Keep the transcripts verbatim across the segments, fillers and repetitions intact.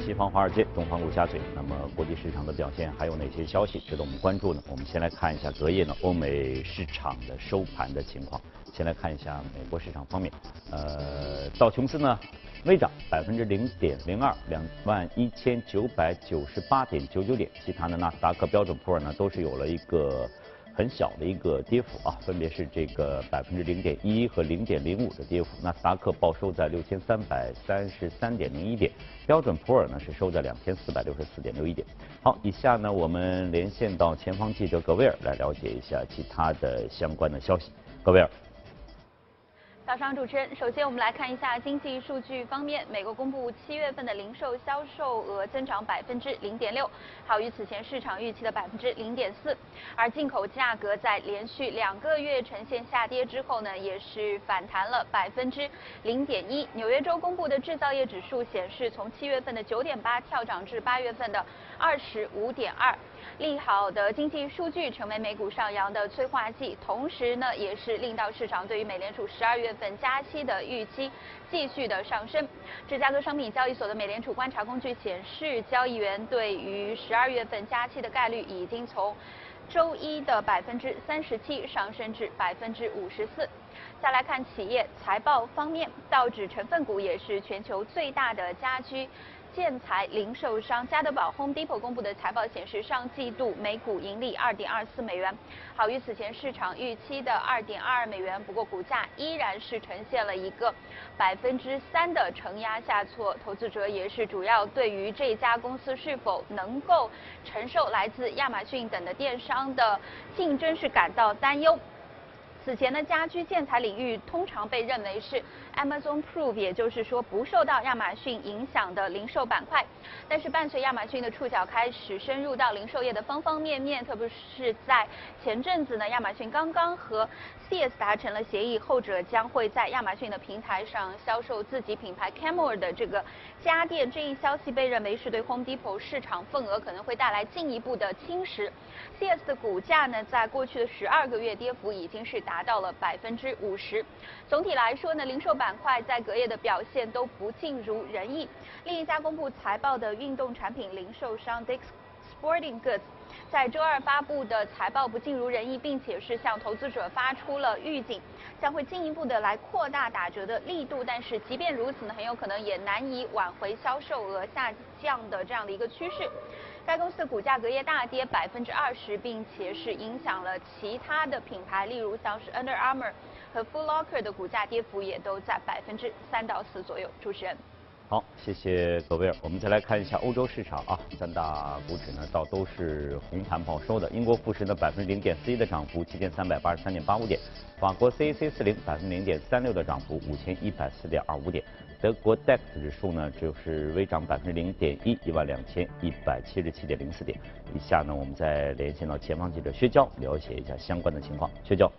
西方华尔街、东方陆家嘴，那么国际市场的表现还有哪些消息值得我们关注呢？我们先来看一下隔夜呢欧美市场的收盘的情况。先来看一下美国市场方面，呃，道琼斯呢微涨百分之零点零二，两万一千九百九十八点九九点。其他的纳斯达克、标准普尔呢都是有了一个很小的一个跌幅啊，分别是这个百分之零点一和零点零五的跌幅。纳斯达克报收在六千三百三十三点零一点，标准普尔呢是收在两千四百六十四点六一点。好，以下呢我们连线到前方记者葛威尔来了解一下其他的相关的消息。葛威尔。 早上，主持人，首先我们来看一下经济数据方面，美国公布七月份的零售销售额增长百分之零点六，好于此前市场预期的百分之零点四。而进口价格在连续两个月呈现下跌之后呢，也是反弹了百分之零点一。纽约州公布的制造业指数显示，从七月份的九点八跳涨至八月份的二十五点二。利好的经济数据成为美股上扬的催化剂，同时呢，也是令到市场对于美联储十二月份加息的预期继续的上升。芝加哥商品交易所的美联储观察工具显示，交易员对于十二月份加息的概率已经从周一的百分之三十七上升至百分之五十四。再来看企业财报方面，道指成分股也是全球最大的家居建材零售商家得宝 Home Depot 公布的财报显示，上季度每股盈利二点二四美元，好于此前市场预期的二点二二美元。不过股价依然是呈现了一个百分之三的承压下挫，投资者也是主要对于这家公司是否能够承受来自亚马逊等的电商的竞争是感到担忧。此前的家居建材领域通常被认为是 Amazon Proof， 也就是说不受到亚马逊影响的零售板块。但是伴随亚马逊的触角开始深入到零售业的方方面面，特别是在前阵子呢，亚马逊刚刚和 C S 达成了协议，后者将会在亚马逊的平台上销售自己品牌 Camor 的这个家电。这一消息被认为是对 Home Depot 市场份额可能会带来进一步的侵蚀。C S 的股价呢，在过去的十二个月跌幅已经是达到了百分之五十。总体来说呢，零售板块在隔夜的表现都不尽如人意。另一家公布财报的运动产品零售商 Dick's Sporting Goods 在周二发布的财报不尽如人意，并且是向投资者发出了预警，将会进一步的来扩大打折的力度。但是即便如此呢，很有可能也难以挽回销售额下降的这样的一个趋势。该公司的股价隔夜大跌百分之二十，并且是影响了其他的品牌，例如像是 Under Armour 和 Foot Locker 的股价跌幅也都在百分之三到四左右。主持人。 好，谢谢葛威尔。我们再来看一下欧洲市场啊，三大股指呢倒都是红盘报收的。英国富时呢百分之零点四一的涨幅，七千三百八十三点八五点；法国 C A C 四零百分之零点三六的涨幅，五千一百四点二五点；德国 D A X 指数呢就是微涨百分之零点一，一万两千一百七十七点零四点。以下呢，我们再连线到前方记者薛娇，了解一下相关的情况。薛娇。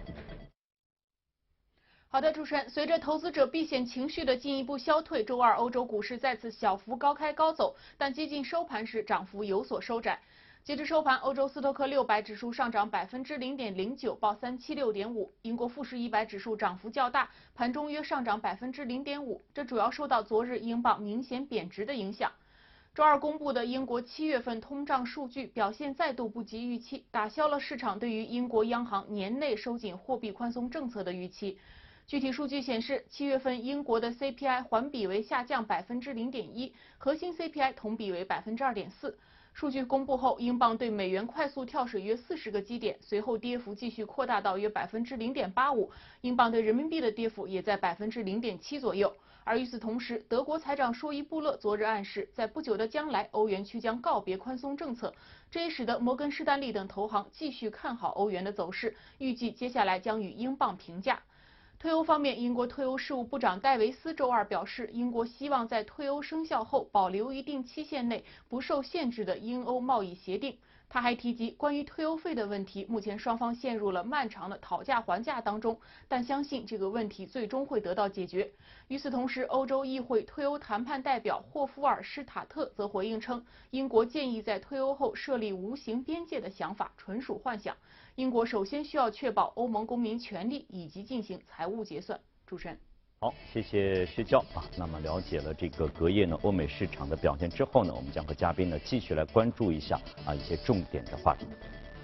好的，主持人，随着投资者避险情绪的进一步消退，周二欧洲股市再次小幅高开高走，但接近收盘时涨幅有所收窄。截至收盘，欧洲斯托克六百指数上涨百分之零点零九，报三七六点五；英国富时一百指数涨幅较大，盘中约上涨百分之零点五，这主要受到昨日英镑明显贬值的影响。周二公布的英国七月份通胀数据表现再度不及预期，打消了市场对于英国央行年内收紧货币宽松政策的预期。具体数据显示，七月份英国的 C P I 环比为下降百分之零点一，核心 C P I 同比为百分之二点四。数据公布后，英镑对美元快速跳水约四十个基点，随后跌幅继续扩大到约百分之零点八五。英镑对人民币的跌幅也在百分之零点七左右。而与此同时，德国财长舒伊布勒昨日暗示，在不久的将来，欧元区将告别宽松政策，这也使得摩根士丹利等投行继续看好欧元的走势，预计接下来将与英镑平价。退欧方面，英国退欧事务部长戴维斯周二表示，英国希望在退欧生效后保留一定期限内不受限制的英欧贸易协定。他还提及，关于退欧费的问题，目前双方陷入了漫长的讨价还价当中，但相信这个问题最终会得到解决。与此同时，欧洲议会退欧谈判代表霍夫尔施塔特则回应称，英国建议在退欧后设立无形边界的想法纯属幻想。英国首先需要确保欧盟公民权利以及进行财务结算。主持人。 好，谢谢薛教啊。那么了解了这个隔夜呢欧美市场的表现之后呢，我们将和嘉宾呢继续来关注一下啊一些重点的话题。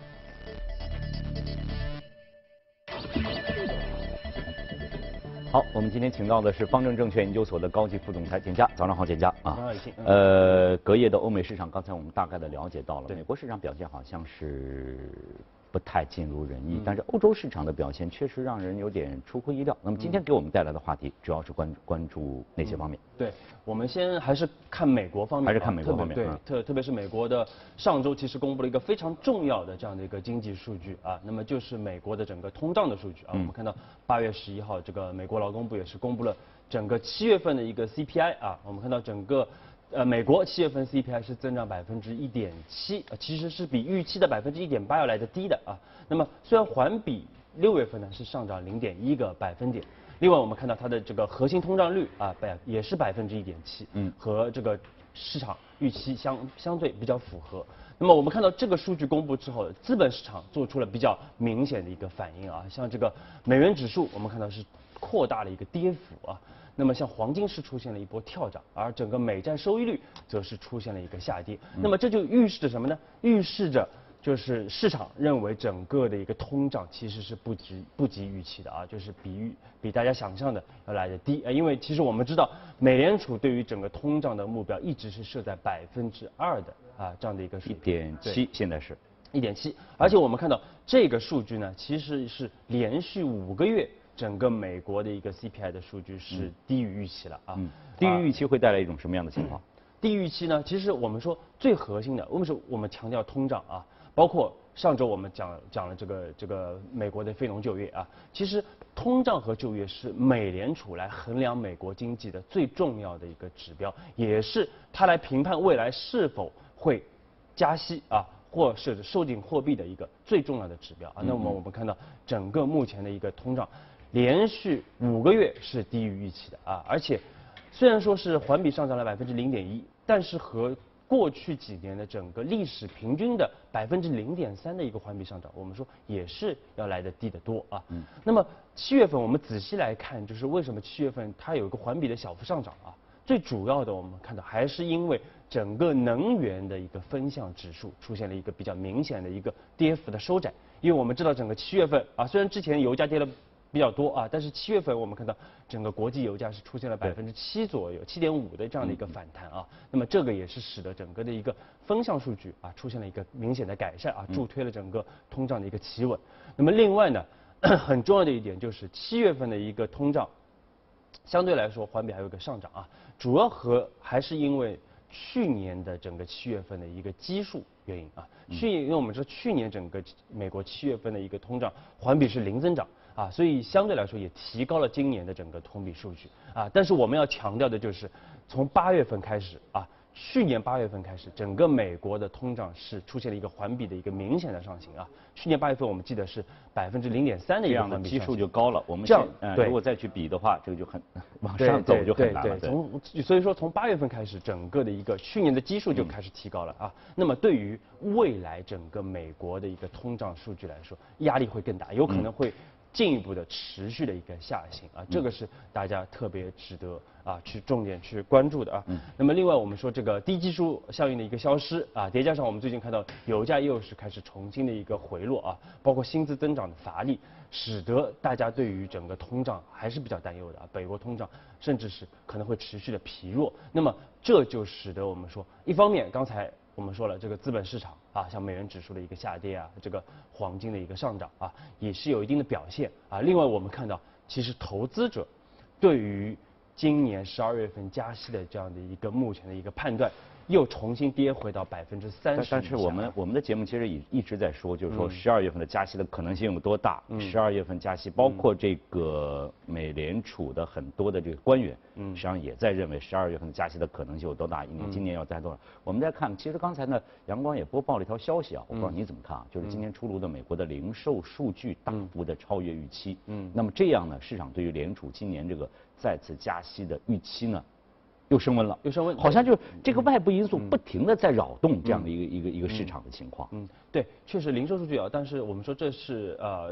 好，我们今天请到的是方正证券研究所的高级副总裁简佳，早上好，简佳啊。 早上好，嗯、 呃，隔夜的欧美市场，刚才我们大概的了解到了，美国市场表现好像是不太尽如人意，嗯、但是欧洲市场的表现确实让人有点出乎意料。那么今天给我们带来的话题主要是关关注哪些方面？ 嗯、对，我们先还是看美国方面， 还是看美国方面， 对， 嗯、 特特别是美国的上周其实公布了一个非常重要的这样的一个经济数据啊，那么就是美国的整个通胀的数据啊，嗯、我们看到八月十一号这个美国劳工部也是公布了整个七月份的一个 C P I 啊，我们看到整个。呃，美国七月份 C P I 是增长百分之一点七，其实是比预期的百分之一点八要来的低的啊。那么虽然环比六月份呢是上涨零点一个百分点，另外我们看到它的这个核心通胀率啊，百也是百分之一点七，嗯，和这个市场预期相相对比较符合。那么我们看到这个数据公布之后，资本市场做出了比较明显的一个反应啊，像这个美元指数，我们看到是扩大了一个跌幅啊。那么像黄金是出现了一波跳涨，而整个美债收益率则是出现了一个下跌。那么这就预示着什么呢？预示着就是市场认为整个的一个通胀其实是不及不及预期的啊，就是比预比大家想象的要来的低啊。因为其实我们知道，美联储对于整个通胀的目标一直是设在百分之二的啊这样的一个数。 一点七，现在是一点七，而且我们看到这个数据呢，其实是连续五个月。整个美国的一个 C P I 的数据是低于预期了啊， 嗯，低于预期会带来一种什么样的情况？ 低于预期呢，其实我们说最核心的，为什么我们强调通胀啊？包括上周我们讲讲了这个这个美国的非农就业啊，其实通胀和就业是美联储来衡量美国经济的最重要的一个指标，也是它来评判未来是否会加息啊。或是收紧货币的一个最重要的指标啊。那么我们看到整个目前的一个通胀，连续五个月是低于预期的啊，而且虽然说是环比上涨了百分之零点一，但是和过去几年的整个历史平均的百分之零点三的一个环比上涨，我们说也是要来的低得多啊。嗯。那么七月份我们仔细来看，就是为什么七月份它有一个环比的小幅上涨啊？最主要的我们看到还是因为整个能源的一个分项指数出现了一个比较明显的一个跌幅的收窄，因为我们知道整个七月份啊，虽然之前油价跌了比较多啊，但是七月份我们看到整个国际油价是出现了百分之七左右，七点五的这样的一个反弹啊，那么这个也是使得整个的一个分项数据啊出现了一个明显的改善啊，助推了整个通胀的一个企稳。那么另外呢，很重要的一点就是七月份的一个通胀。相对来说，环比还有一个上涨啊，主要和还是因为去年的整个七月份的一个基数原因啊。去年因为我们知道去年整个美国七月份的一个通胀环比是零增长啊，所以相对来说也提高了今年的整个同比数据啊。但是我们要强调的就是，从八月份开始啊。去年八月份开始，整个美国的通胀是出现了一个环比的一个明显的上行啊。去年八月份我们记得是百分之零点三的一个环比基数就高了。我们这样对， 如果再去比的话，这个就很往上走就很难了。 对，从所以说从八月份开始，整个的一个去年的基数就开始提高了啊。那么对于未来整个美国的一个通胀数据来说，压力会更大，有可能会。进一步的持续的一个下行啊，这个是大家特别值得啊去重点去关注的啊。嗯、那么另外我们说这个低基数效应的一个消失啊，叠加上我们最近看到油价又是开始重新的一个回落啊，包括薪资增长的乏力，使得大家对于整个通胀还是比较担忧的啊。美国通胀甚至是可能会持续的疲弱，那么这就使得我们说，一方面刚才。我们说了，这个资本市场啊，像美元指数的一个下跌啊，这个黄金的一个上涨啊，也是有一定的表现啊。另外，我们看到，其实投资者对于今年十二月份加息的这样的一个目前的一个判断，又重新跌回到百分之三十。 但是我们我们的节目其实也一直在说，就是说十二月份的加息的可能性有多大？十二、嗯、月份加息，包括这个美联储的很多的这个官员，嗯，实际上也在认为十二月份的加息的可能性有多大？因为今年要加多少？嗯、我们再看，其实刚才呢，阳光也播报了一条消息啊，我不知道你怎么看啊？就是今天出炉的美国的零售数据大幅的超越预期，嗯，那么这样呢，市场对于联储今年这个再次加息的预期呢？又升温了， 又升温， 好像就是这个外部因素不停的在扰动这样的一个、嗯、一个一个市场的情况。 嗯，对，确实零售数据啊，但是我们说这是呃这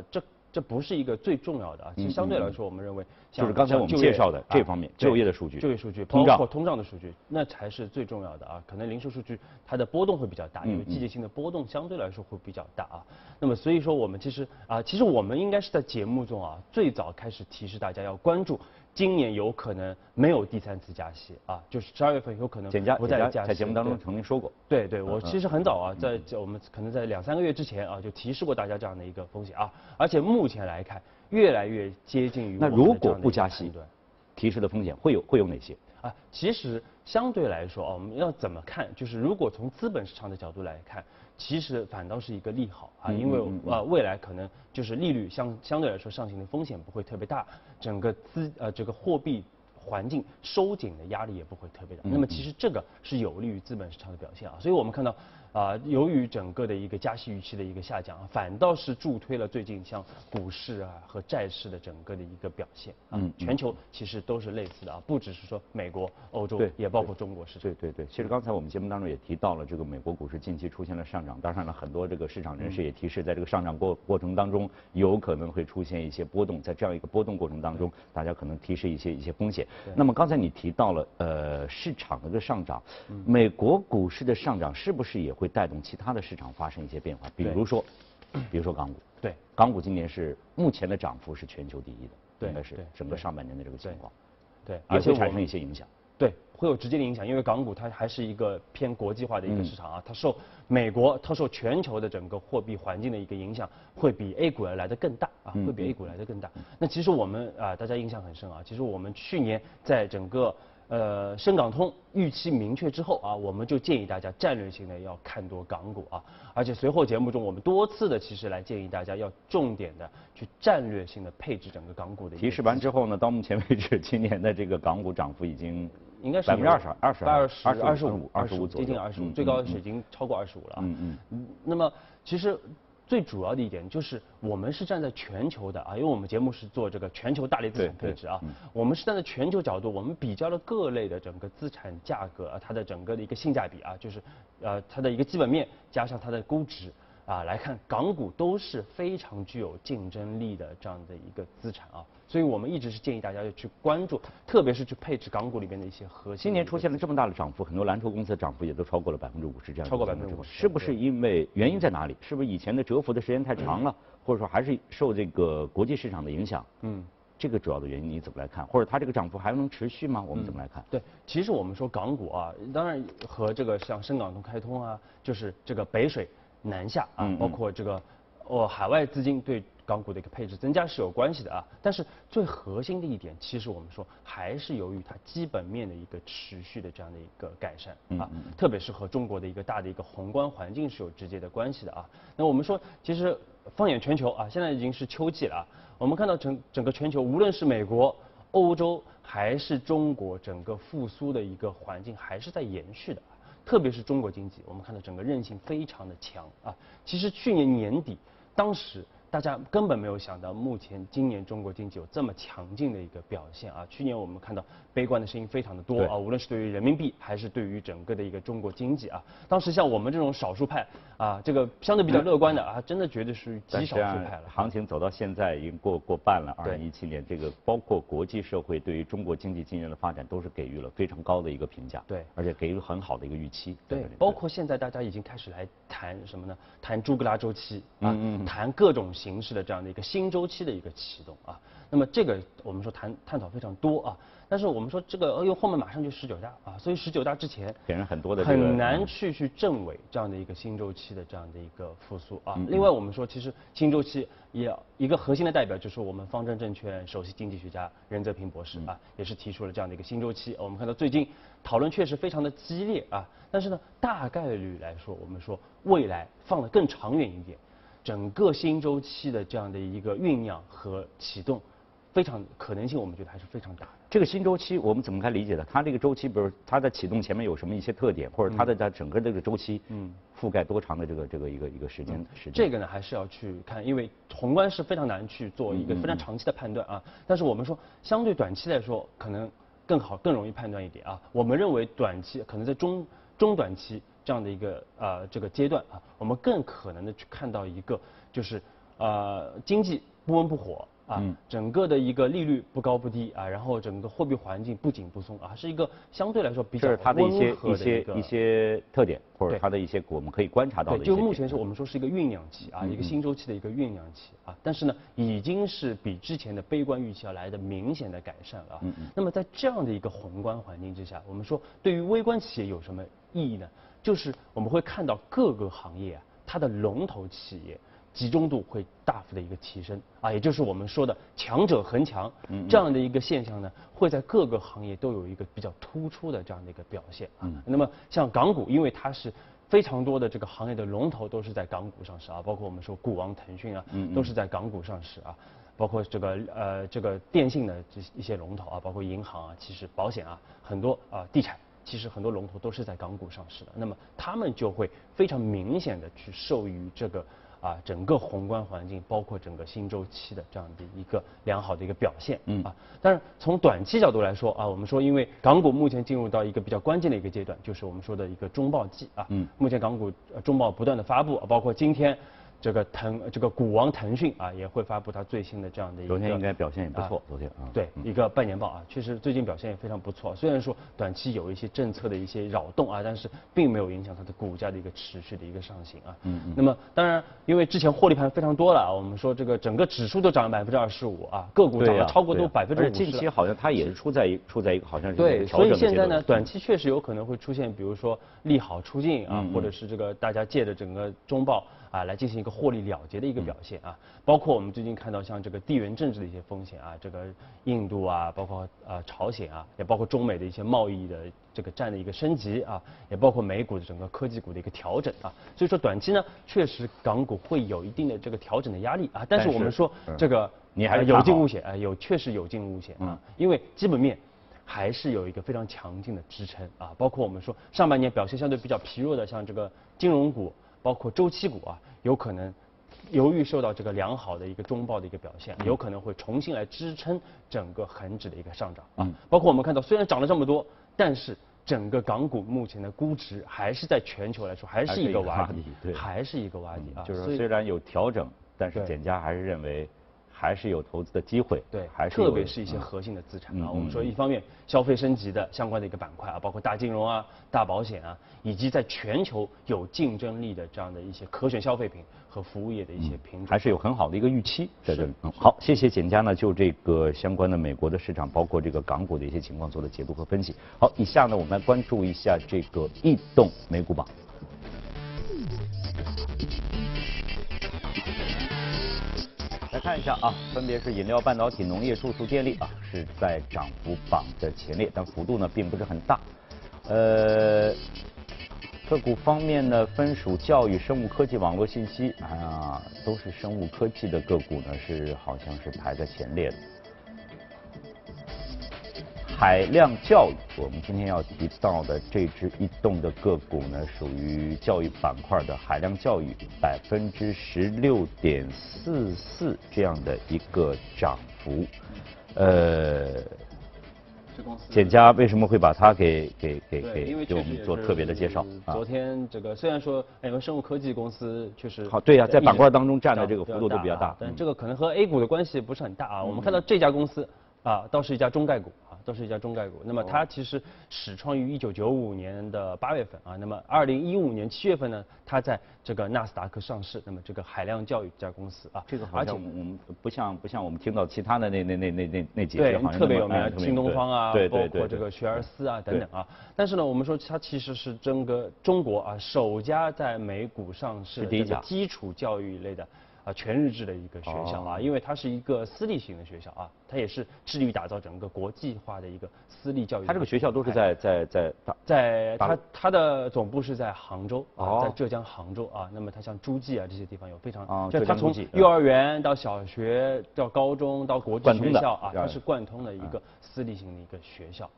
这不是一个最重要的啊。其实相对来说，我们认为像就是刚才我们介绍的这方面就业的数据、 就业数据， 通胀包括通胀的数据，那才是最重要的啊。可能零售数据它的波动会比较大，因为季节性的波动相对来说会比较大啊。那么所以说我们其实啊，其实我们应该是在节目中啊最早开始提示大家要关注。今年有可能没有第三次加息啊，就是十二月份有可能不再加息。 在节目当中曾经说过。 对对，我其实很早啊，在我们可能在两三个月之前啊，就提示过大家这样的一个风险啊，而且目前来看，越来越接近于那如果不加息，提示的风险会有会有哪些？ 啊，其实相对来说啊，我们要怎么看？就是如果从资本市场的角度来看，其实反倒是一个利好啊，因为呃未来可能就是利率相相对来说上行的风险不会特别大，整个资呃这个货币环境收紧的压力也不会特别大。那么其实这个是有利于资本市场的表现啊，所以我们看到。啊、呃，由于整个的一个加息预期的一个下降啊，反倒是助推了最近像股市啊和债市的整个的一个表现啊。嗯，全球其实都是类似的啊，不只是说美国、欧洲，也包括中国市场。 对对对，其实刚才我们节目当中也提到了，这个美国股市近期出现了上涨，当然了，很多这个市场人士也提示，在这个上涨过过程当中，有可能会出现一些波动，在这样一个波动过程当中，大家可能提示一些一些风险。那么刚才你提到了呃市场的一个上涨，嗯、美国股市的上涨是不是也会带动其他的市场发生一些变化？比如说，比如说港股。 对， 港股今年是目前的涨幅是全球第一的， 对， 应该是整个上半年的这个情况。 对， 也会产生一些影响。 对，会有直接的影响，因为港股它还是一个偏国际化的一个市场啊，它受美国、它受全球的整个货币环境的一个影响，会比 A 股来的更大啊，会比 A 股来的更大。那其实我们啊，大家印象很深啊，其实我们去年在整个呃深港通预期明确之后啊，我们就建议大家战略性的要看多港股啊，而且随后节目中我们多次的其实来建议大家要重点的去战略性的配置整个港股的。 提示完之后呢，到目前为止，今年的这个港股涨幅已经应该是百分之二十二十二十二十五二十五接近二十五，最高是已经超过二十五了啊。 嗯嗯。 那么其实。最主要的一点就是我们是站在全球的啊，因为我们节目是做这个全球大类资产配置啊，我们是站在全球角度，我们比较了各类的整个资产价格啊，它的整个的一个性价比啊，就是呃它的一个基本面加上它的估值啊来看，港股都是非常具有竞争力的这样的一个资产啊，所以我们一直是建议大家要去关注，特别是去配置港股里面的一些核心。 今年出现了这么大的涨幅，很多蓝筹公司的涨幅也都超过了百分之五十这样。 超过百分之五十， 是不是因为原因在哪里？是不是以前的蛰伏的时间太长了，或者说还是受这个国际市场的影响？嗯，这个主要的原因你怎么来看？或者它这个涨幅还能持续吗？我们怎么来看？ 对，其实我们说港股啊，当然和这个像深港通开通啊，就是这个北水南下啊，包括这个哦海外资金对港股的一个配置增加是有关系的啊，但是最核心的一点，其实我们说还是由于它基本面的一个持续的这样的一个改善啊，特别是和中国的一个大的一个宏观环境是有直接的关系的啊。那我们说，其实放眼全球啊，现在已经是秋季了啊，我们看到整整个全球，无论是美国、欧洲还是中国，整个复苏的一个环境还是在延续的。特别是中国经济，我们看到整个韧性非常的强啊。其实去年年底，当时大家根本没有想到，目前今年中国经济有这么强劲的一个表现啊。去年我们看到悲观的声音非常的多啊，无论是对于人民币还是对于整个的一个中国经济啊。当时像我们这种少数派啊，这个相对比较乐观的啊，真的绝对属于极少数派了。 行情走到现在已经过过半了，二零一七年这个包括国际社会对于中国经济今年的发展都是给予了非常高的一个评价， 对， 而且给予了很好的一个预期。 对，包括现在大家已经开始来谈什么呢？谈朱格拉周期啊，嗯嗯谈各种形式的这样的一个新周期的一个启动啊。那么这个我们说谈探讨非常多啊，但是我们说这个因为后面马上就十九大啊，所以十九大之前给人很多的、 这个、很难去去证伪这样的一个新周期的这样的一个复苏啊。嗯、另外我们说其实新周期也一个核心的代表就是我们方正证券首席经济学家任泽平博士啊，也是提出了这样的一个新周期。我们看到最近讨论确实非常的激烈啊，但是呢大概率来说，我们说未来放得更长远一点，整个新周期的这样的一个酝酿和启动。非常可能性，我们觉得还是非常大的。 这个新周期我们怎么该理解的？它这个周期，比如它在启动前面有什么一些特点，或者它的在整个这个周期，嗯，覆盖多长的这个这个一个一个时间时间？ 这个呢还是要去看，因为宏观是非常难去做一个非常长期的判断啊。但是我们说，相对短期来说，可能更好、更容易判断一点啊。我们认为短期可能在中中短期这样的一个呃这个阶段啊，我们更可能的去看到一个就是。 呃经济不温不火。啊， 嗯、 整个的一个利率不高不低啊，然后整个货币环境不紧不松啊，是一个相对来说比较这是它的一些一一些一些特点，或者它的一些我们可以观察到的一些。 对，就目前是我们说是一个酝酿期啊， 嗯、 一个新周期的一个酝酿期啊，但是呢，已经是比之前的悲观预期要来的明显的改善了啊。 嗯嗯。 那么在这样的一个宏观环境之下，我们说对于微观企业有什么意义呢？就是我们会看到各个行业啊，它的龙头企业。集中度会大幅的一个提升啊，也就是我们说的强者恒强这样的一个现象呢，会在各个行业都有一个比较突出的这样的一个表现啊。那么像港股，因为它是非常多的这个行业的龙头都是在港股上市啊，包括我们说股王腾讯啊，都是在港股上市啊，包括这个呃这个电信的这一些龙头啊，包括银行啊，其实保险啊，很多啊地产。其实很多龙头都是在港股上市的，那么他们就会非常明显的去受益于这个啊整个宏观环境，包括整个新周期的这样的一个良好的一个表现。嗯啊，但是从短期角度来说啊，我们说因为港股目前进入到一个比较关键的一个阶段，就是我们说的一个中报季啊。嗯。目前港股中报不断的发布，包括今天。这个腾这个股王腾讯啊也会发布它最新的这样的一个， 昨天应该表现也不错，昨天啊， 对一个半年报啊，确实最近表现也非常不错。虽然说短期有一些政策的一些扰动啊，但是并没有影响它的股价的一个持续的一个上行啊。嗯嗯。那么当然，因为之前获利盘非常多了啊，我们说这个整个指数都涨了百分之二十五啊，个股涨了超过都百分之五十。 近期好像它也是处在一处在一个好像是对，所以现在呢，短期确实有可能会出现，比如说利好出尽啊，或者是这个大家借着整个中报。啊，来进行一个获利了结的一个表现啊，包括我们最近看到像这个地缘政治的一些风险啊，这个印度啊，包括呃朝鲜啊，也包括中美的一些贸易的这个战的一个升级啊，也包括美股的整个科技股的一个调整啊，所以说短期呢，确实港股会有一定的这个调整的压力啊，但是我们说这个你还有惊无险啊，有确实有惊无险啊，因为基本面。还是有一个非常强劲的支撑啊，包括我们说上半年表现相对比较疲弱的，像这个金融股，包括周期股啊，有可能由于受到这个良好的一个中报的一个表现，有可能会重新来支撑整个恒指的一个上涨啊。包括我们看到，虽然涨了这么多，但是整个港股目前的估值还是在全球来说还是一个洼地，还是一个洼地啊。 就是说虽然有调整，但是简家还是认为。还是有投资的机会， 对， 还是特别是一些核心的资产啊。嗯、我们说，一方面消费升级的相关的一个板块啊，包括大金融啊、大保险啊，以及在全球有竞争力的这样的一些可选消费品和服务业的一些品种、嗯， 还是有很好的一个预期在这里。嗯，好，谢谢简家呢，就这个相关的美国的市场，包括这个港股的一些情况做的解读和分析。好，以下呢，我们来关注一下这个异动美股榜。来看一下啊，分别是饮料、半导体、农业、住宿、电力啊，是在涨幅榜的前列，但幅度呢并不是很大。呃，个股方面呢，分属教育、生物科技、网络信息啊，都是生物科技的个股呢，是好像是排在前列的。海量教育，我们今天要提到的这只异动的个股呢，属于教育板块的海量教育，百分之十六点四四这样的一个涨幅。呃，简家为什么会把它给给给给给我们做特别的介绍？ 昨天这个虽然说因为生物科技公司确实好，对呀、啊，在板块当中占的这个幅度都比较大， 但这个可能和 A 股的关系不是很大啊。我们看到这家公司啊，倒是一家中概股。都是一家中概股，那么它其实始创于一九九五年的八月份啊，那么二零一五年七月份呢，它在这个纳斯达克上市，那么这个海量教育这家公司啊， 这个好像我们不像不像我们听到其他的那那那那那那几对特别有名，新东方啊， 对对包括这个学而思啊等等啊，但是呢，我们说它其实是整个中国啊首家在美股上市的这个基础教育类的。啊，全日制的一个学校啊，因为它是一个私立型的学校啊，它也是致力于打造整个国际化的一个私立教育。 它这个学校都是在在在在它它的总部是在杭州啊，在浙江杭州啊。那么它像诸暨啊这些地方有非常，就它从幼儿园到小学到高中到国际学校啊，它是贯通的一个私立型的一个学校啊。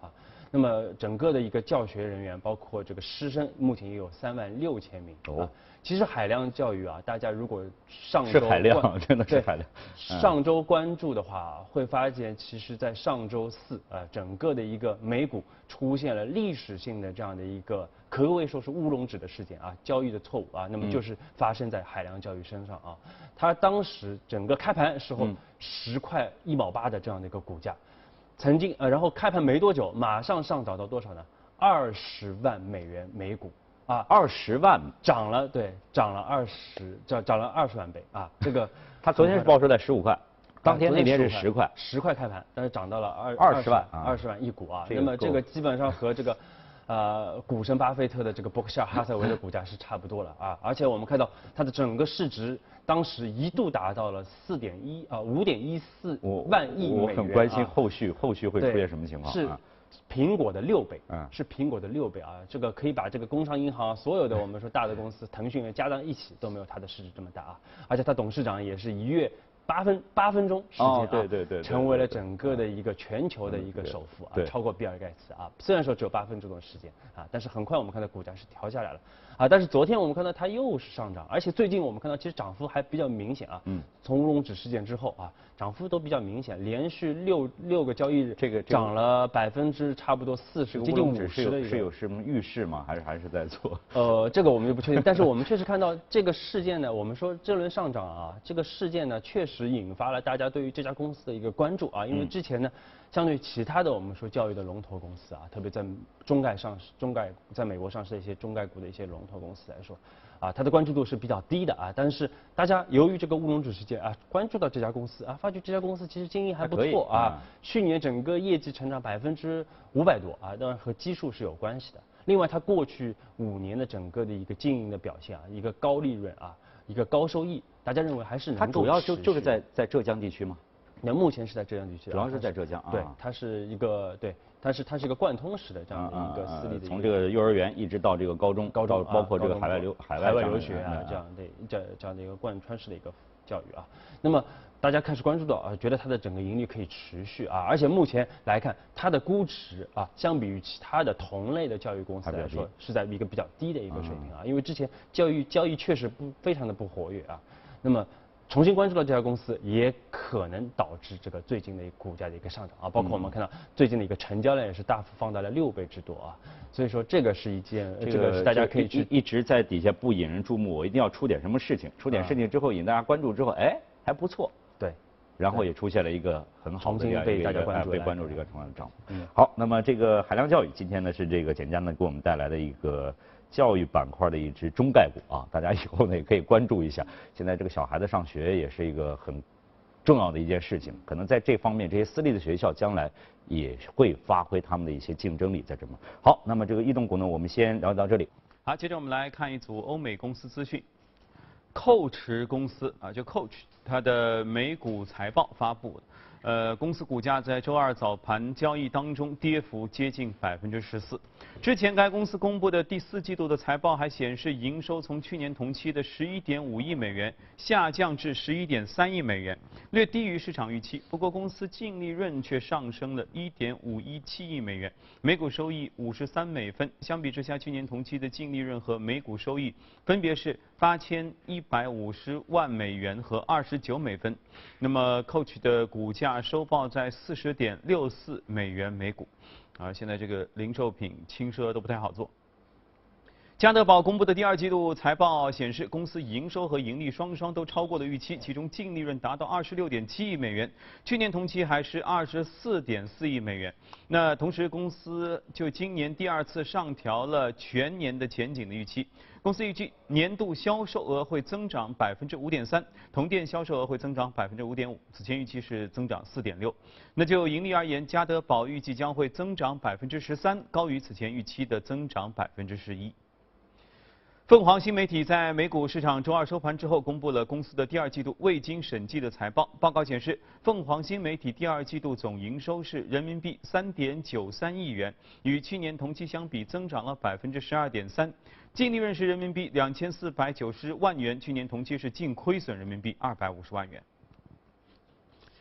那么整个的一个教学人员，包括这个师生，目前也有三万六千名。 哦， 其实海量教育啊，大家如果上周是海量，真的是海量。 上周关注的话，会发现其实在上周四，呃，整个的一个美股出现了历史性的这样的一个可谓说是乌龙指的事件啊，交易的错误啊，那么就是发生在海量教育身上啊。它当时整个开盘时候十块一毛八的这样的一个股价。曾经呃，然后开盘没多久，马上上涨到多少呢？二十万美元每股啊， 二十万涨了，对，涨了二十，涨涨了二十万倍啊！这个他昨天是报收在十五块，当天那天是十块， 十块开盘，但是涨到了二二十万， 二十万一股啊。那么这个基本上和这个呃股神巴菲特的这个伯克希尔哈撒韦的股价是差不多了啊。而且我们看到它的整个市值。当时一度达到了四点一啊五点一四万亿美元。 我很关心后续后续会出现什么情况。 是苹果的六倍，嗯，是苹果的六倍啊！这个可以把这个工商银行所有的我们说大的公司，腾讯加在一起都没有它的市值这么大啊！而且它董事长也是一跃八分八分钟时间啊， 对对对， 成为了整个的一个全球的一个首富啊，超过比尔盖茨啊。虽然说只有八分钟的时间啊，但是很快我们看到股价是调下来了。啊，但是昨天我们看到它又是上涨，而且最近我们看到其实涨幅还比较明显啊。嗯。从乌龙指事件之后啊，涨幅都比较明显，连续六六个交易日， 这个涨了百分之差不多四十，接近五十的。 是有什么预示吗？还是还是在做？ 呃，这个我们就不确定，但是我们确实看到这个事件呢，我们说这轮上涨啊，这个事件呢确实引发了大家对于这家公司的一个关注啊，因为之前呢。相对其他的我们说教育的龙头公司啊，特别在中概上市、中概在美国上市的一些中概股的一些龙头公司来说，啊，它的关注度是比较低的啊。但是大家由于这个乌龙指事件啊，关注到这家公司啊，发觉这家公司其实经营还不错啊，去年整个业绩成长百分之五百多啊，当然和基数是有关系的。另外，它过去五年的整个的一个经营的表现啊，一个高利润啊，一个高收益，大家认为还是能够。 它主要就就是在在浙江地区吗？ 那目前是在浙江地区， 主要是在浙江啊。 对，它是一个对，它是它是一个贯通式的这样的一个私立的。 从这个幼儿园一直到这个高中， 高中包括这个海外留海外留学啊，这样的这这样的一个贯穿式的一个教育啊。那么大家开始关注到啊，觉得它的整个盈利可以持续啊，而且目前来看，它的估值啊，相比于其他的同类的教育公司来说，是在一个比较低的一个水平啊，因为之前教育交易确实不非常的不活跃啊。那么。重新关注到这家公司，也可能导致这个最近的股价的一个上涨啊，包括我们看到最近的一个成交量也是大幅放大了六倍之多啊，所以说这个是一件，这个是大家可以去一直在底下不引人注目，我一定要出点什么事情，出点事情之后引大家关注之后，哎，还不错， 对， 然后也出现了一个很好的重新被大家关注， 被关注这个重要的账户。嗯，好，那么这个海量教育今天呢是这个简家呢给我们带来的一个。教育板块的一只中概股啊，大家以后呢也可以关注一下。现在这个小孩子上学也是一个很重要的一件事情，可能在这方面，这些私立的学校将来也会发挥他们的一些竞争力在这边。好，那么这个异动股呢，我们先聊到这里。 好，接着我们来看一组欧美公司资讯。Coach 公司啊，就 Coach， 它的美股财报发布了。呃，公司股价在周二早盘交易当中跌幅接近百分之十四。之前该公司公布的第四季度的财报还显示，营收从去年同期的十一点五亿美元下降至十一点三亿美元，略低于市场预期。不过，公司净利润却上升了一点五一七亿美元，每股收益五十三美分。相比之下，去年同期的净利润和每股收益分别是八千一百五十万美元和二十九美分。那么 ，Coach 的股价收报在四十点六四美元每股。啊，现在这个零售品、轻奢都不太好做。家得宝公布的第二季度财报显示，公司营收和盈利双双都超过了预期，其中净利润达到二十六点七亿美元，去年同期还是二十四点四亿美元。那同时，公司就今年第二次上调了全年的前景的预期。公司预计年度销售额会增长百分之五点三，同店销售额会增长百分之五点五，此前预期是增长四点六。那就盈利而言，家得宝预计将会增长百分之十三，高于此前预期的增长百分之十一。凤凰新媒体在美股市场周二收盘之后，公布了公司的第二季度未经审计的财报。报告显示，凤凰新媒体第二季度总营收是人民币三点九三亿元，与去年同期相比增长了百分之十二点三。净利润是人民币两千四百九十万元，去年同期是净亏损人民币二百五十万元。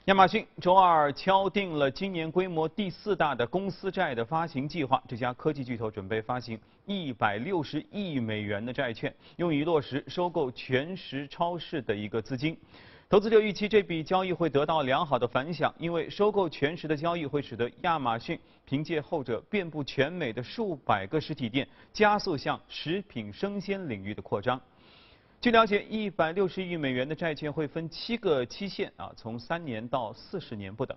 亚马逊周二敲定了今年规模第四大的公司债的发行计划。这家科技巨头准备发行一百六十亿美元的债券，用以落实收购全食超市的一个资金。投资者预期这笔交易会得到良好的反响，因为收购全食的交易会使得亚马逊凭借后者遍布全美的数百个实体店，加速向食品生鲜领域的扩张。据了解，一百六十亿美元的债券会分七个期限啊，从三年到四十年不等。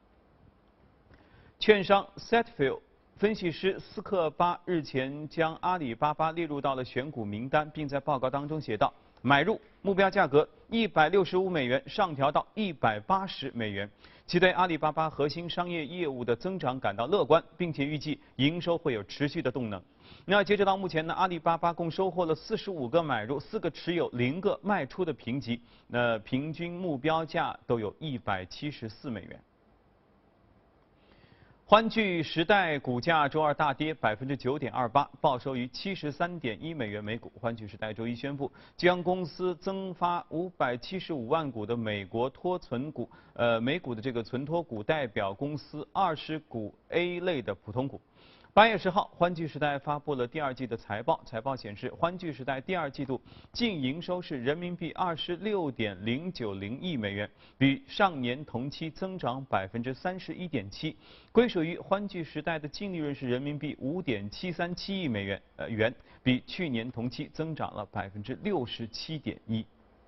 券商 Setfield 分析师斯克巴日前将阿里巴巴列入到了选股名单，并在报告当中写道：买入目标价格一百六十五美元，上调到一百八十美元。其对阿里巴巴核心商业业务的增长感到乐观，并且预计营收会有持续的动能。那截止到目前呢，阿里巴巴共收获了四十五个买入、四个持有、零个卖出的评级，那平均目标价都有一百七十四美元。欢聚时代股价周二大跌百分之九点二八，报收于七十三点一美元每股。欢聚时代周一宣布，将公司增发五百七十五万股的美国托存股，呃，美股的这个存托股代表公司二十股 A 类的普通股。八月十号，欢聚时代发布了第二季的财报。财报显示，欢聚时代第二季度净营收是人民币二十六点零九零亿美元，比上年同期增长百分之三十一点七。归属于欢聚时代的净利润是人民币五点七三七亿美元，呃元，比去年同期增长了百分之六十七点一。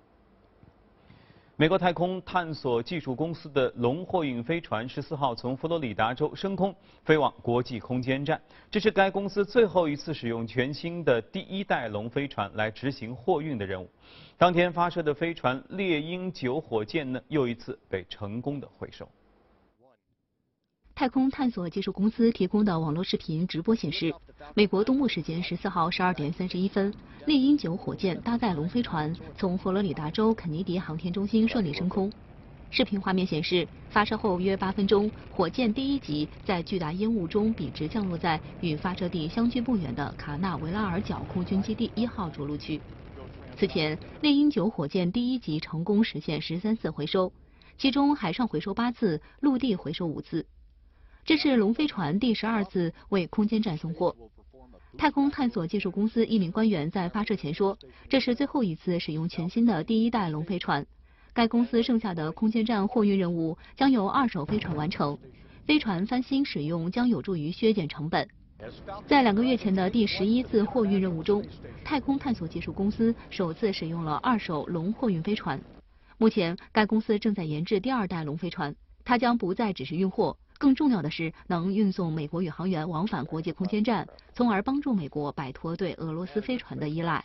美国太空探索技术公司的龙货运飞船十四号从佛罗里达州升空，飞往国际空间站。这是该公司最后一次使用全新的第一代龙飞船来执行货运的任务。当天发射的飞船猎鹰九火箭呢，又一次被成功的回收。 太空探索技术公司提供的网络视频直播显示，美国东部时间十四号十二点三十一分，猎鹰九火箭搭载龙飞船从佛罗里达州肯尼迪航天中心顺利升空。视频画面显示，发射后约八分钟，火箭第一级在巨大烟雾中笔直降落在与发射地相距不远的卡纳维拉尔角空军基地一号着陆区。此前，猎鹰九火箭第一级成功实现十三次回收，其中海上回收八次，陆地回收五次。这是龙飞船第十二次为空间站送货。太空探索技术公司一名官员在发射前说，这是最后一次使用全新的第一代龙飞船。该公司剩下的空间站货运任务将由二手飞船完成，飞船翻新使用将有助于削减成本。在两个月前的第十一次货运任务中，太空探索技术公司首次使用了二手龙货运飞船。目前，该公司正在研制第二代龙飞船，它将不再只是运货。更重要的是，能运送美国宇航员往返国际空间站，从而帮助美国摆脱对俄罗斯飞船的依赖。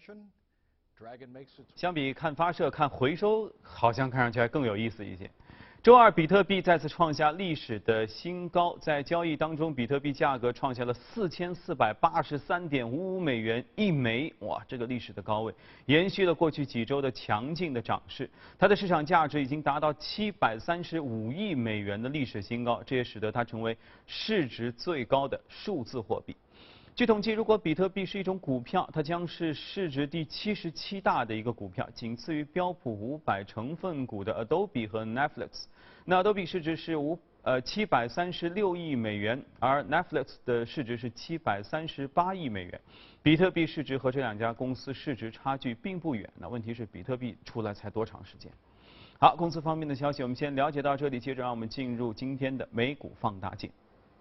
相比看发射、看回收，好像看上去还更有意思一些。周二，比特币再次创下历史的新高，在交易当中，比特币价格创下了四千四百八十三点五五美元一枚，哇，这个历史的高位，延续了过去几周的强劲的涨势。它的市场价值已经达到七百三十五亿美元的历史新高，这也使得它成为市值最高的数字货币。据统计，如果比特币是一种股票，它将是市值第七十七大的一个股票，仅次于标普五百成分股的 Adobe 和 Netflix。那 Adobe 市值是五呃七百三十六亿美元，而 Netflix 的市值是七百三十八亿美元。比特币市值和这两家公司市值差距并不远。那问题是，比特币出来才多长时间？好，公司方面的消息我们先了解到这里，接着让我们进入今天的美股放大镜。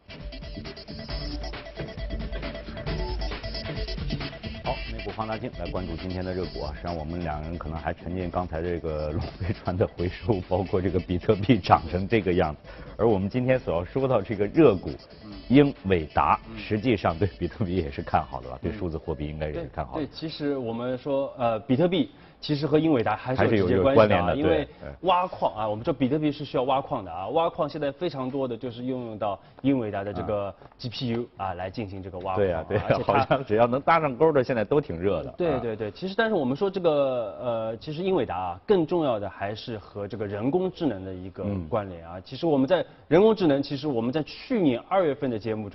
好，美股放大镜来关注今天的热股啊。实际上我们两人可能还沉浸刚才这个龙飞船的回收，包括这个比特币涨成这个样子。而我们今天所要说到这个热股，英伟达，实际上对比特币也是看好的吧？对数字货币应该也是看好的。 对，其实我们说呃，比特币其实和英伟达还是有直接关系的啊， 因为挖矿啊，我们说比特币是需要挖矿的啊，挖矿现在非常多的就是应用到英伟达的这个 G P U 啊来进行这个挖矿。 对呀，对呀，好像只要能搭上钩的，现在都挺热的。 对对对，其实但是我们说这个呃，其实英伟达啊，更重要的还是和这个人工智能的一个关联啊。其实我们在人工智能，其实我们在去年二月份的节目中。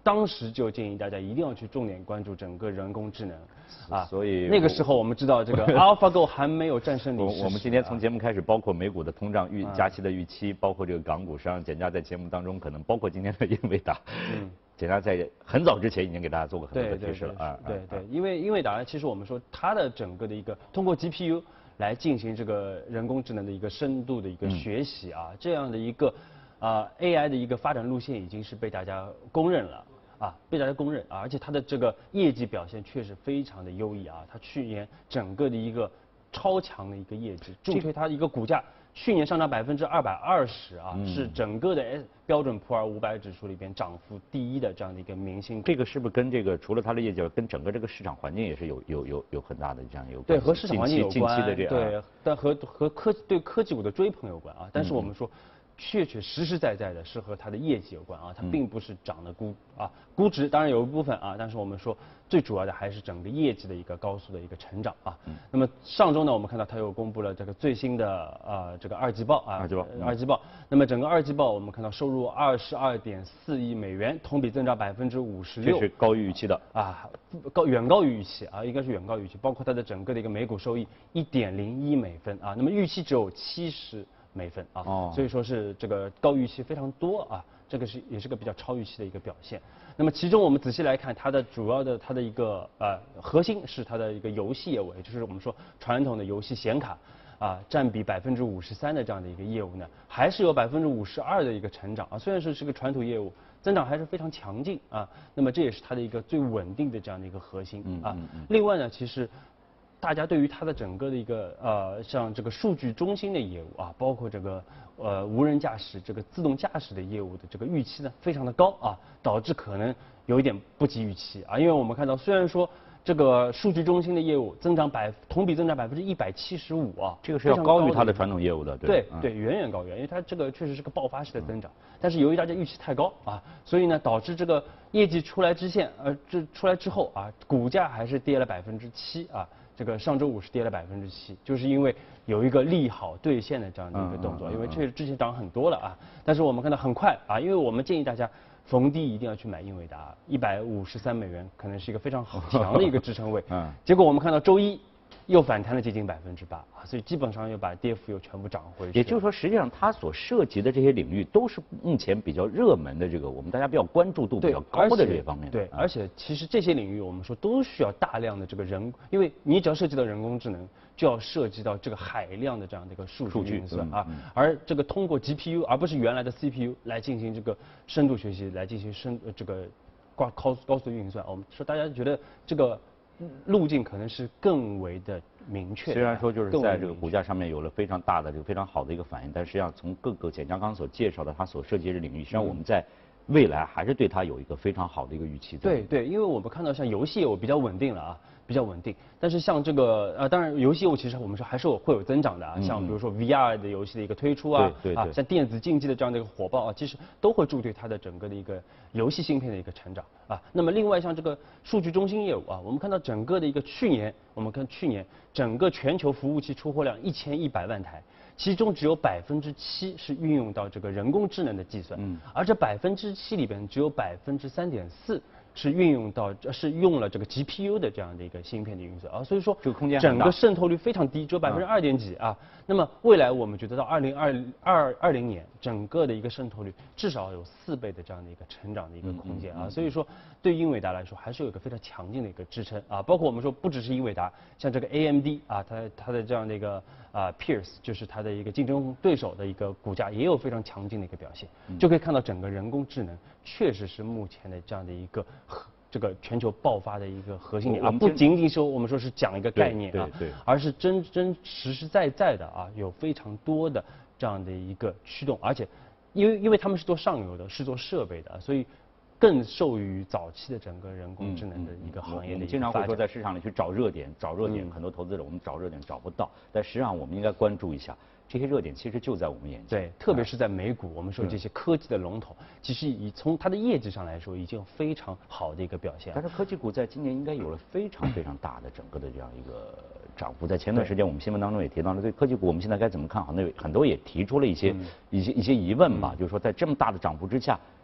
当时就建议大家一定要去重点关注整个人工智能，啊， 所以那个时候我们知道这个 AlphaGo 还没有战胜李世石。 我们今天从节目开始，包括美股的通胀预加息的预期，包括这个港股，实际上简家在节目当中可能包括今天的英伟达，嗯，简家在很早之前已经给大家做过很多的提示了啊。 对对，因为英伟达其实我们说它的整个的一个通过 G P U 来进行这个人工智能的一个深度的一个学习啊，这样的一个啊 A I 的一个发展路线已经是被大家公认了。啊，被大家公认啊，而且它的这个业绩表现确实非常的优异啊，它去年整个的一个超强的一个业绩，助推它的一个股价去年上涨百分之二百二十啊，嗯、是整个的标准普尔五百指数里边涨幅第一的这样的一个明星。 这个是不是跟这个除了它的业绩，跟整个这个市场环境也是有有有有很大的这样有对和市场环境有关， 近期的这样对，但和和科对科技股的追捧有关啊，但是我们说。嗯确确实实在在的是和它的业绩有关啊，它并不是涨的估啊估值，当然有一部分啊，但是我们说最主要的还是整个业绩的一个高速的一个成长啊。嗯、那么上周呢，我们看到它又公布了这个最新的啊这个二季报啊， 二季报， 二季报。那么整个二季报我们看到收入二十二点四亿美元，同比增长百分之五十六， 这是高于预期的啊，高远高于预期啊，应该是远高于预期，包括它的整个的一个每股收益一点零一美分啊，那么预期只有七十。美分啊，哦、所以说是这个高预期非常多啊，这个是也是个比较超预期的一个表现。那么其中我们仔细来看，它的主要的它的一个呃核心是它的一个游戏业务，也就是我们说传统的游戏显卡啊，占比百分之五十三的这样的一个业务呢，还是有百分之五十二的一个成长啊，虽然是是个传统业务，增长还是非常强劲啊。那么这也是它的一个最稳定的这样的一个核心啊。嗯嗯嗯、另外呢，其实。大家对于它的整个的一个呃，像这个数据中心的业务啊，包括这个呃无人驾驶、这个自动驾驶的业务的这个预期呢，非常的高啊，导致可能有一点不及预期啊。因为我们看到，虽然说这个数据中心的业务增长百同比增长百分之一百七十五啊， 这个是要高于它的传统业务的， 对对、嗯、对，远远高于，因为它这个确实是个爆发式的增长。嗯、但是由于大家预期太高啊，所以呢，导致这个业绩出来之前，呃，这出来之后啊，股价还是跌了百分之七啊。这个上周五是跌了百分之七，就是因为有一个利好兑现的这样的一个动作，因为确实之前涨很多了啊，但是我们看到很快啊，因为我们建议大家逢低一定要去买英伟达，一百五十三美元可能是一个非常强的一个支撑位，嗯，结果我们看到周一又反弹了接近百分之八啊，所以基本上又把跌幅又全部涨回去。 也就是说，实际上它所涉及的这些领域都是目前比较热门的这个我们大家比较关注度比较高的这些方面。 对，而且其实这些领域我们说都需要大量的这个人，因为你只要涉及到人工智能，就要涉及到这个海量的这样的一个数据运算啊，而这个通过 G P U 而不是原来的 C P U 来进行这个深度学习，来进行深这个高高高速运算，我们说大家觉得这个。路径可能是更为的明确。 虽然说就是在这个股价上面有了非常大的这个非常好的一个反应，但实际上从各个简家刚所介绍的它所涉及的领域，实际上我们在未来还是对它有一个非常好的一个预期。 对对，因为我们看到像游戏业务比较稳定了啊，比较稳定。但是像这个呃，当然游戏业务其实我们说还是有会有增长的啊，嗯、像比如说 V R 的游戏的一个推出啊， 对对对啊，像电子竞技的这样的一个火爆啊，其实都会助推它的整个的一个游戏芯片的一个成长啊。那么另外像这个数据中心业务啊，我们看到整个的一个去年，我们看去年整个全球服务器出货量一千一百万台。其中只有百分之七是运用到这个人工智能的计算，嗯，而这百分之七里边只有百分之三点四是运用到是用了这个 G P U 的这样的一个芯片的运算啊，所以说这个空间整个渗透率非常低，只有百分之二点几啊。那么未来我们觉得到二零二二二零年，整个的一个渗透率至少有四倍的这样的一个成长的一个空间啊，所以说对英伟达来说还是有一个非常强劲的一个支撑啊。包括我们说不只是英伟达，像这个 A M D 啊，它它的这样的一个啊 Pierce 就是它的一个竞争对手的一个股价也有非常强劲的一个表现，就可以看到整个人工智能确实是目前的这样的一个这个全球爆发的一个核心点啊，不仅仅是我们说是讲一个概念啊， 对对对， 而是真真实实在在的啊，有非常多的这样的一个驱动，而且因为因为他们是做上游的，是做设备的，所以更受于早期的整个人工智能的一个行业的一个发展。我们经常会说在市场里去找热点，找热点，很多投资者我们找热点找不到，但实际上我们应该关注一下。这些热点其实就在我们眼前。 对，特别是在美股，我们说这些科技的龙头，其实以从它的业绩上来说，已经有非常好的一个表现。 但是科技股在今年应该有了非常非常大的整个的这样一个涨幅。在前段时间我们新闻当中也提到了，对科技股我们现在该怎么看好？那很多也提出了一些、嗯、一些一些疑问吧，嗯、就是说在这么大的涨幅之下，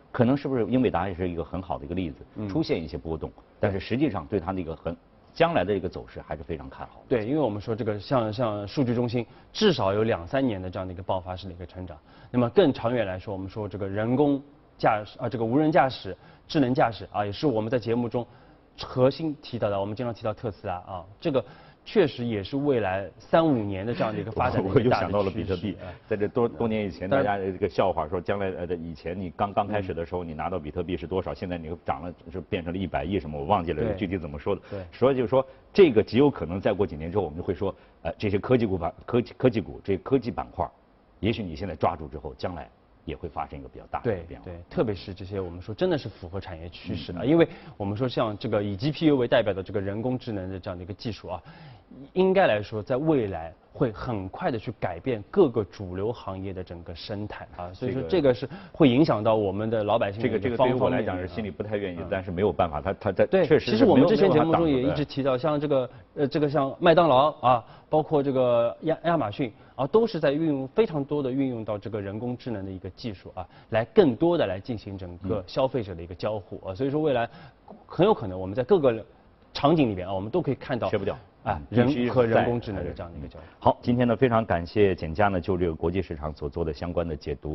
可能是不是英伟达也是一个很好的一个例子， 嗯、 出现一些波动，但是实际上对它那个很将来的一个走势还是非常看好。 对，因为我们说这个像像数据中心至少有两三年的这样的一个爆发式的一个成长，那么更长远来说，我们说这个人工驾驶啊，这个无人驾驶、智能驾驶啊，也是我们在节目中核心提到的。我们经常提到特斯拉啊，这个确实也是未来三五年的这样的一个发展的一个大的趋势。 我又想到了比特币，在这多多年以前，大家这个笑话说，将来呃以前你刚刚开始的时候，你拿到比特币是多少？现在你涨了，是变成了一百亿什么？我忘记了具体怎么说的。 对， 所以就是说，这个极有可能再过几年之后，我们就会说，呃，这些科技股板、科技科技股这科技板块，也许你现在抓住之后，将来也会发生一个比较大的变化。 对对，特别是这些我们说真的是符合产业趋势的，嗯、因为我们说像这个以 G P U 为代表的这个人工智能的这样的一个技术啊，应该来说在未来会很快的去改变各个主流行业的整个生态啊，所以说这个是会影响到我们的老百姓的这个这个对于我来讲是心里不太愿意，嗯、但是没有办法，他他在对， 确实其实我们之前节目中也一直提到，像这个呃这个像麦当劳啊，包括这个亚亚马逊啊，都是在运用非常多的运用到这个人工智能的一个技术啊，来更多的来进行整个消费者的一个交互啊，所以说未来很有可能我们在各个场景里边啊，我们都可以看到切不掉啊人和人工智能的这样的一个交互。 好，今天呢非常感谢简佳呢就这个国际市场所做的相关的解读。